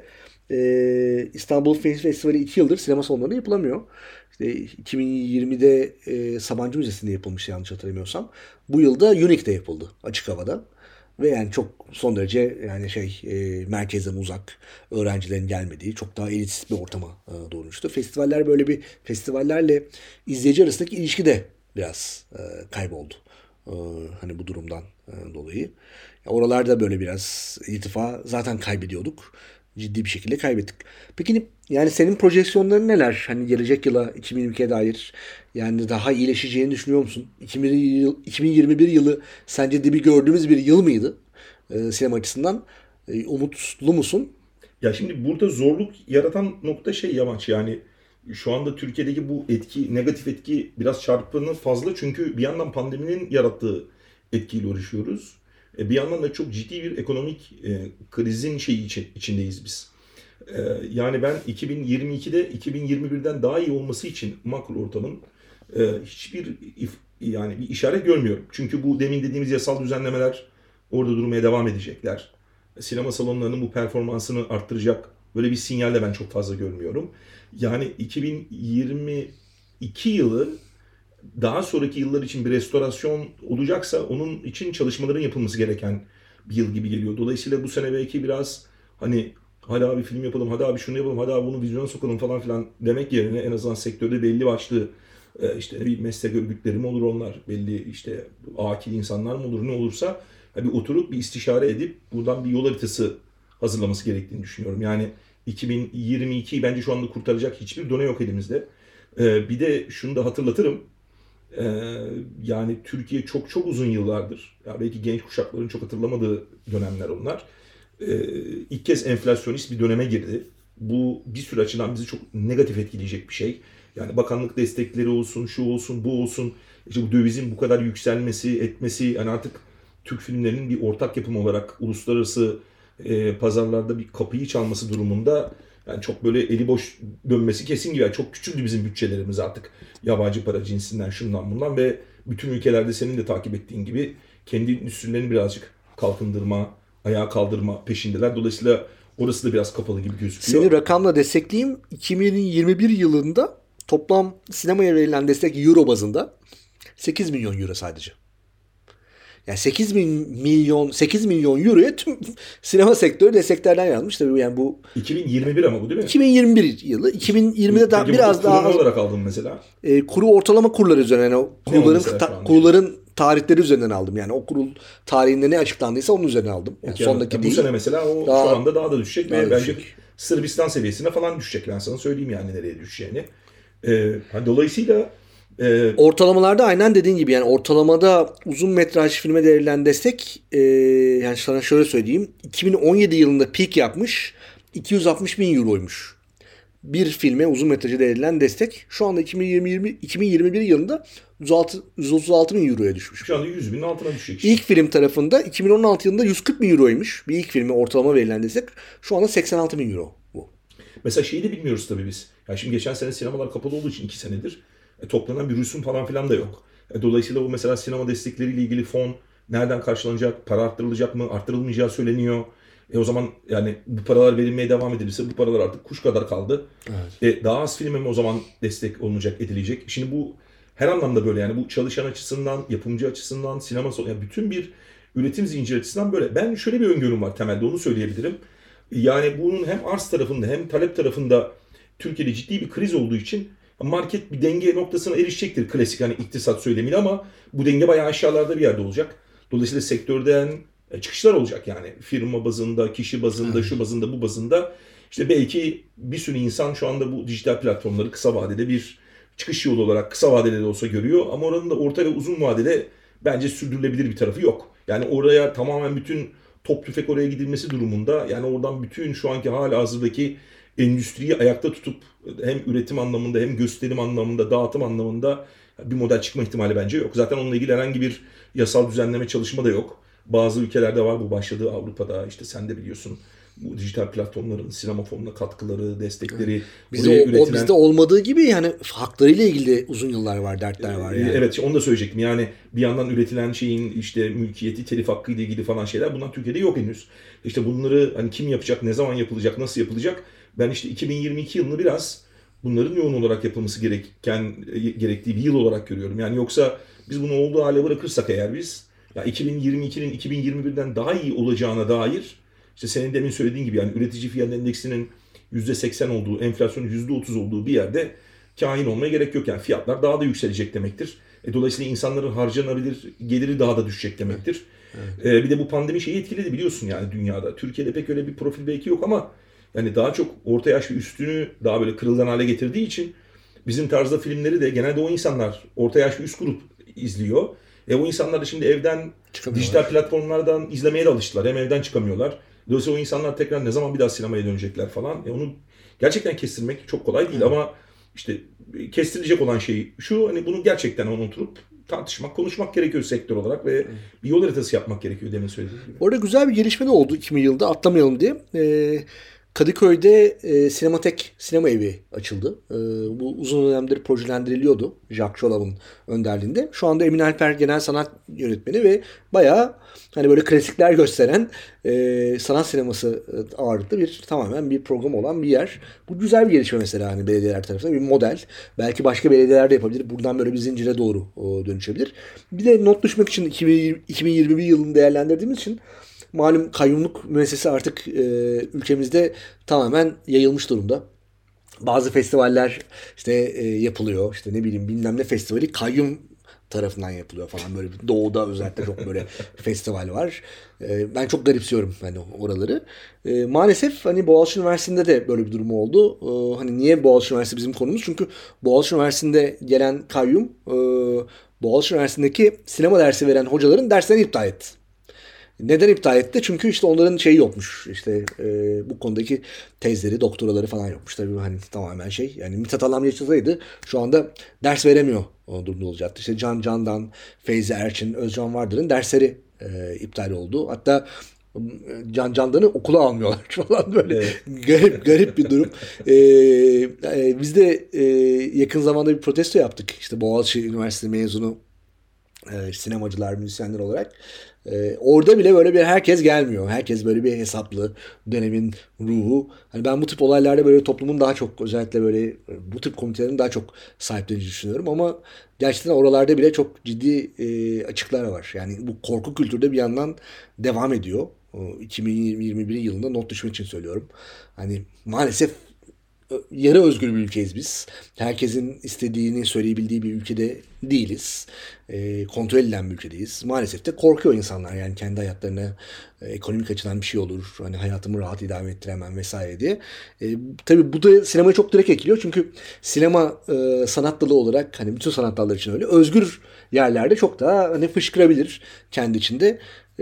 e, İstanbul Film Festivali iki yıldır sinema salonlarında yapılamıyor. İşte iki bin yirmide e, Sabancı Müzesi'nde yapılmış yanlış hatırlamıyorsam. Bu yılda Unique'de yapıldı açık havada. Ve yani çok son derece yani şey e, merkezden uzak, öğrencilerin gelmediği çok daha elitist bir ortama e, doğurmuştu. Festivaller böyle bir festivallerle izleyici arasındaki ilişki de biraz e, kayboldu. E, hani bu durumdan e, dolayı. Ya oralarda böyle biraz irtifa zaten kaybediyorduk. Ciddi bir şekilde kaybettik. Peki yani senin projeksiyonların neler? Hani gelecek yıla iki bin yirmi ikiye dair yani daha iyileşeceğini düşünüyor musun? iki bin yirmi bir yılı sence dibi gördüğümüz bir yıl mıydı? Ee, sinema açısından. Ee, umutlu musun? Ya şimdi burada zorluk yaratan nokta şey Yamaç, yani şu anda Türkiye'deki bu etki, negatif etki biraz çarpını fazla, çünkü bir yandan pandeminin yarattığı etkiyle uğraşıyoruz. E, bir yandan da çok ciddi bir ekonomik e, krizin şeyi için, içindeyiz biz. E, yani ben iki bin yirmi ikide iki bin yirmi birden daha iyi olması için makro ortamın e, hiçbir if, yani bir işaret görmüyorum. Çünkü bu demin dediğimiz yasal düzenlemeler orada durmaya devam edecekler. Sinema salonlarının bu performansını arttıracak böyle bir sinyal de ben çok fazla görmüyorum. Yani iki bin yirmi iki yılı daha sonraki yıllar için bir restorasyon olacaksa onun için çalışmaların yapılması gereken bir yıl gibi geliyor. Dolayısıyla bu sene belki biraz hani hadi abi film yapalım, hadi abi şunu yapalım, hadi abi bunu vizyona sokalım falan filan demek yerine en azından sektörde belli başlı e, işte bir meslek örgütleri mi olur onlar, belli işte akil insanlar mı olur, ne olursa bir oturup bir istişare edip buradan bir yol haritası hazırlaması gerektiğini düşünüyorum. Yani iki bin yirmi ikiyi bence şu anda kurtaracak hiçbir done yok elimizde. E, bir de şunu da hatırlatırım. Ee, yani Türkiye çok çok uzun yıllardır, ya belki genç kuşakların çok hatırlamadığı dönemler onlar. Ee, ilk kez enflasyonist bir döneme girdi. Bu bir sürü açıdan bizi çok negatif etkileyecek bir şey. Yani bakanlık destekleri olsun, şu olsun, bu olsun. İşte bu dövizin bu kadar yükselmesi, etmesi, yani artık Türk filmlerinin bir ortak yapım olarak uluslararası e, pazarlarda bir kapıyı çalması durumunda yani çok böyle eli boş dönmesi kesin gibi. Yani çok küçüldü bizim bütçelerimiz artık. Yabancı para cinsinden, şundan bundan ve bütün ülkelerde senin de takip ettiğin gibi kendi endüstrilerini birazcık kalkındırma, ayağa kaldırma peşindeler. Dolayısıyla orası da biraz kapalı gibi gözüküyor. Seni rakamla destekleyeyim. iki bin yirmi bir yılında toplam sinemaya verilen destek euro bazında sekiz milyon euro sadece. Yani sekiz milyon sekiz milyon euroya tüm sinema sektörü desteklerden yazmış tabii, yani bu iki bin yirmi bir ama bu değil mi? iki bin yirmi bir yılı. iki bin yirmide daha biraz daha az olarak aldım mesela. E, kuru ortalama kurları üzerinden, yani o kurulların ta, kurulların tarihleri üzerinden aldım. Yani o kurul tarihinde ne açıklandıysa onun üzerine aldım. Yani okay, sondaki yani değil. Bu sene mesela o daha, şu anda daha da düşecek. Daha Bence düşecek. Sırbistan seviyesine falan düşecek, ben sana söyleyeyim yani nereye düşeceğini. Ee, dolayısıyla Ee, Ortalamalarda aynen dediğin gibi, yani ortalamada uzun metraj filme verilen destek e, yani sana şöyle söyleyeyim, iki bin on yedi yılında peak yapmış, iki yüz altmış bin euroymuş. Bir filme uzun metrajı verilen destek şu anda iki bin yirmi, iki bin yirmi bir yılında yüz otuz altı bin euroya düşmüş. Şu anda yüz binin altına düşecek. Işte. İlk film tarafında iki bin on altı yılında yüz kırk bin euroymuş. Bir ilk filme ortalama verilen destek şu anda seksen altı bin euro bu. Mesela şeyi de bilmiyoruz tabii biz. Yani şimdi geçen sene sinemalar kapalı olduğu için iki senedir E, toplanan bir rüsum falan filan da yok. E, dolayısıyla bu mesela sinema destekleriyle ilgili fon nereden karşılanacak, para arttırılacak mı, arttırılmayacağı söyleniyor. E o zaman yani bu paralar verilmeye devam edilirse bu paralar artık kuş kadar kaldı. Evet. E, daha az filme mi o zaman destek olunacak, edilecek? Şimdi bu her anlamda böyle, yani bu çalışan açısından, yapımcı açısından, sinema yani bütün bir üretim zinciri açısından böyle. Ben şöyle bir öngörüm var temelde, onu söyleyebilirim. Yani bunun hem arz tarafında hem talep tarafında Türkiye'de ciddi bir kriz olduğu için market bir denge noktasına erişecektir, klasik hani iktisat söylemiyle, ama bu denge bayağı aşağılarda bir yerde olacak. Dolayısıyla sektörden çıkışlar olacak, yani firma bazında, kişi bazında, şu bazında, bu bazında. İşte belki bir sürü insan şu anda bu dijital platformları kısa vadede bir çıkış yolu olarak kısa vadede de olsa görüyor, ama oranın da orta ve uzun vadede bence sürdürülebilir bir tarafı yok. Yani oraya tamamen bütün top tüfek oraya gidilmesi durumunda, yani oradan bütün şu anki hala hazırdaki endüstriyi ayakta tutup hem üretim anlamında hem gösterim anlamında, dağıtım anlamında bir model çıkma ihtimali bence yok. Zaten onunla ilgili herhangi bir yasal düzenleme çalışma da yok. Bazı ülkelerde var bu başladığı, Avrupa'da işte sen de biliyorsun. Bu dijital platformların sinema fonuna katkıları, destekleri, Bizde, buraya o, üretilen... o bizde olmadığı gibi yani haklarıyla ilgili uzun yıllar var, dertler var yani. Evet, onu da söyleyecektim. Yani bir yandan üretilen şeyin işte mülkiyeti, telif hakkı ile ilgili falan şeyler, bunlar Türkiye'de yok henüz. İşte bunları hani kim yapacak, ne zaman yapılacak, nasıl yapılacak? Ben işte iki bin yirmi iki yılını biraz bunların yoğun olarak yapılması gereken gerektiği bir yıl olarak görüyorum. Yani yoksa biz bunu olduğu hale bırakırsak eğer biz ya iki bin yirmi ikinin iki bin yirmi birden daha iyi olacağına dair, işte senin demin söylediğin gibi yani üretici fiyat endeksinin yüzde seksen olduğu, enflasyonun yüzde otuz olduğu bir yerde kahin olmaya gerek yok. Yani fiyatlar daha da yükselecek demektir. E, dolayısıyla insanların harcanabilir geliri daha da düşecek demektir. Evet. E, bir de bu pandemi şeyi etkiledi biliyorsun yani dünyada. Türkiye'de pek öyle bir profil belki yok ama yani daha çok orta yaş ve üstünü daha böyle kırılgan hale getirdiği için bizim tarzda filmleri de genelde o insanlar orta yaş ve üst grup izliyor. E o insanlar da şimdi evden, dijital platformlardan izlemeye de alıştılar. Hem evden çıkamıyorlar. Dolayısıyla o insanlar tekrar ne zaman bir daha sinemaya dönecekler falan. E onu gerçekten kestirmek çok kolay değil. Hı. Ama işte kestirilecek olan şey şu, hani bunu gerçekten onu oturup tartışmak, konuşmak gerekiyor sektör olarak ve Hı. bir yol haritası yapmak gerekiyor demin söylediğim gibi. Orada güzel bir gelişme de oldu iki bin yılında, atlamayalım diye. Ee, Kadıköy'de e, Sinematek Sinema Evi açıldı. E, bu uzun dönemdir projelendiriliyordu Jacques Cholav'ın önderliğinde. Şu anda Emin Alper genel sanat yönetmeni ve bayağı hani böyle klasikler gösteren e, sanat sineması ağırlıklı bir tamamen bir program olan bir yer. Bu güzel bir gelişme mesela hani belediyeler tarafından bir model. Belki başka belediyeler de yapabilir. Buradan böyle bir zincire doğru o, dönüşebilir. Bir de not düşmek için iki bin yirmi bir yılını değerlendirdiğimiz için malum kayyumluk müessesesi artık e, ülkemizde tamamen yayılmış durumda. Bazı festivaller işte e, yapılıyor. İşte ne bileyim bilmem ne festivali kayyum tarafından yapılıyor falan, böyle doğuda özellikle çok böyle festival var. E, ben çok garipsiyorum hani oraları. E, maalesef hani Boğaziçi Üniversitesi'nde de böyle bir durum oldu. E, hani niye Boğaziçi Üniversitesi bizim konumuz? Çünkü Boğaziçi Üniversitesi'nde gelen kayyum e, Boğaziçi Üniversitesi'ndeki sinema dersi veren hocaların derslerini iptal etti. Neden iptal etti? Çünkü işte onların şeyi yokmuş. İşte e, bu konudaki tezleri, doktoraları falan yokmuş. Tabii hani tamamen şey. Yani Mithat Alam yaşasaydı şu anda ders veremiyor o durumda olacaktı. İşte Can Can'dan, Feyzi Erçin, Özcan Vardır'ın dersleri e, iptal oldu. Hatta Can Candan'ı okula almıyorlar falan böyle. Evet. garip garip bir durum. Ee, e, biz de e, yakın zamanda bir protesto yaptık. İşte Boğaziçi Üniversitesi mezunu e, sinemacılar, müzisyenler olarak. Ee, orada bile böyle bir herkes gelmiyor. Herkes böyle bir hesaplı, dönemin ruhu. Hani ben bu tip olaylarda böyle toplumun daha çok, özellikle böyle bu tip komitelerin daha çok sahipleneceğini düşünüyorum ama gerçekten oralarda bile çok ciddi e, açıklar var. Yani bu korku kültürde bir yandan devam ediyor. iki bin yirmi bir yılında not düşmek için söylüyorum. Hani maalesef yarı özgür bir ülkeyiz biz. Herkesin istediğini söyleyebildiği bir ülkede değiliz. E, kontrol edilen bir ülkedeyiz. Maalesef de korkuyor insanlar yani kendi hayatlarına e, ekonomik açıdan bir şey olur. Hani hayatımı rahat idame ettiremem vesaire diye. E, tabii bu da sinemaya çok direkt etkiliyor. Çünkü sinema e, sanat dalı olarak hani bütün sanat dalları için öyle. Özgür yerlerde çok daha hani fışkırabilir kendi içinde. E,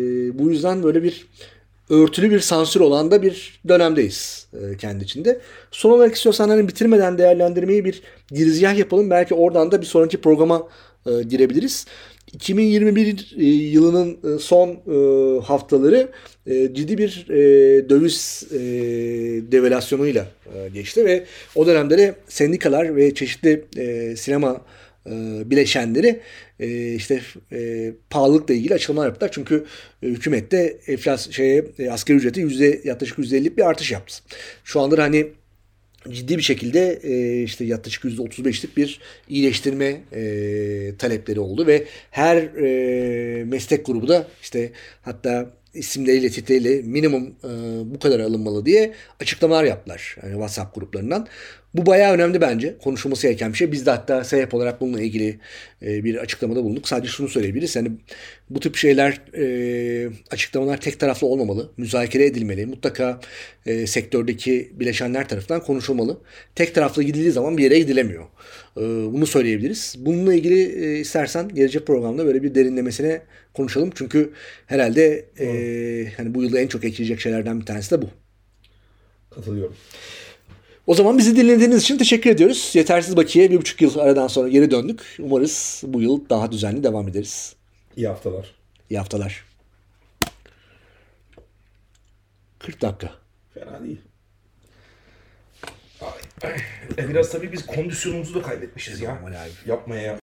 bu yüzden böyle bir örtülü bir sansür olan da bir dönemdeyiz e, kendi içinde. Son olarak istiyorsan hani bitirmeden değerlendirmeyi bir girizgah yapalım. Belki oradan da bir sonraki programa e, girebiliriz. iki bin yirmi bir e, yılının e, son e, haftaları e, ciddi bir e, döviz e, devalüasyonuyla e, geçti ve o dönemde de sendikalar ve çeşitli e, sinema bileşenleri işte e, pahalılıkla ilgili açıklamalar yaptılar. Çünkü e, hükümet de enflasyon şeye e, asgari ücreti yüzde yaklaşık yüzde ellilik bir artış yaptı. Şu anda hani ciddi bir şekilde e, işte yaklaşık yüzde otuz beşlik bir iyileştirme e, talepleri oldu ve her e, meslek grubu da işte hatta isimleriyle titreriyle minimum e, bu kadar alınmalı diye açıklamalar yaptılar. Yani WhatsApp gruplarından. Bu bayağı önemli bence. Konuşulması gereken bir şey. Biz de hatta S E P olarak bununla ilgili e, bir açıklamada bulunduk. Sadece şunu söyleyebiliriz. Yani bu tip şeyler, e, açıklamalar tek taraflı olmamalı. Müzakere edilmeli. Mutlaka e, sektördeki bileşenler tarafından konuşulmalı. Tek taraflı gidildiği zaman bir yere gidilemiyor. E, bunu söyleyebiliriz. Bununla ilgili e, istersen gelecek programda böyle bir derinlemesine konuşalım. Çünkü herhalde e, hani bu yılda en çok ekleyecek şeylerden bir tanesi de bu. Katılıyorum. O zaman bizi dinlediğiniz için teşekkür ediyoruz. Yetersiz Bakiye bir buçuk yıl aradan sonra geri döndük. Umarız bu yıl daha düzenli devam ederiz. İyi haftalar. İyi haftalar. kırk dakika. Fena değil. Ay, ay. E biraz tabii biz kondisyonumuzu da kaybetmişiz ya. Aman abi. Yapmaya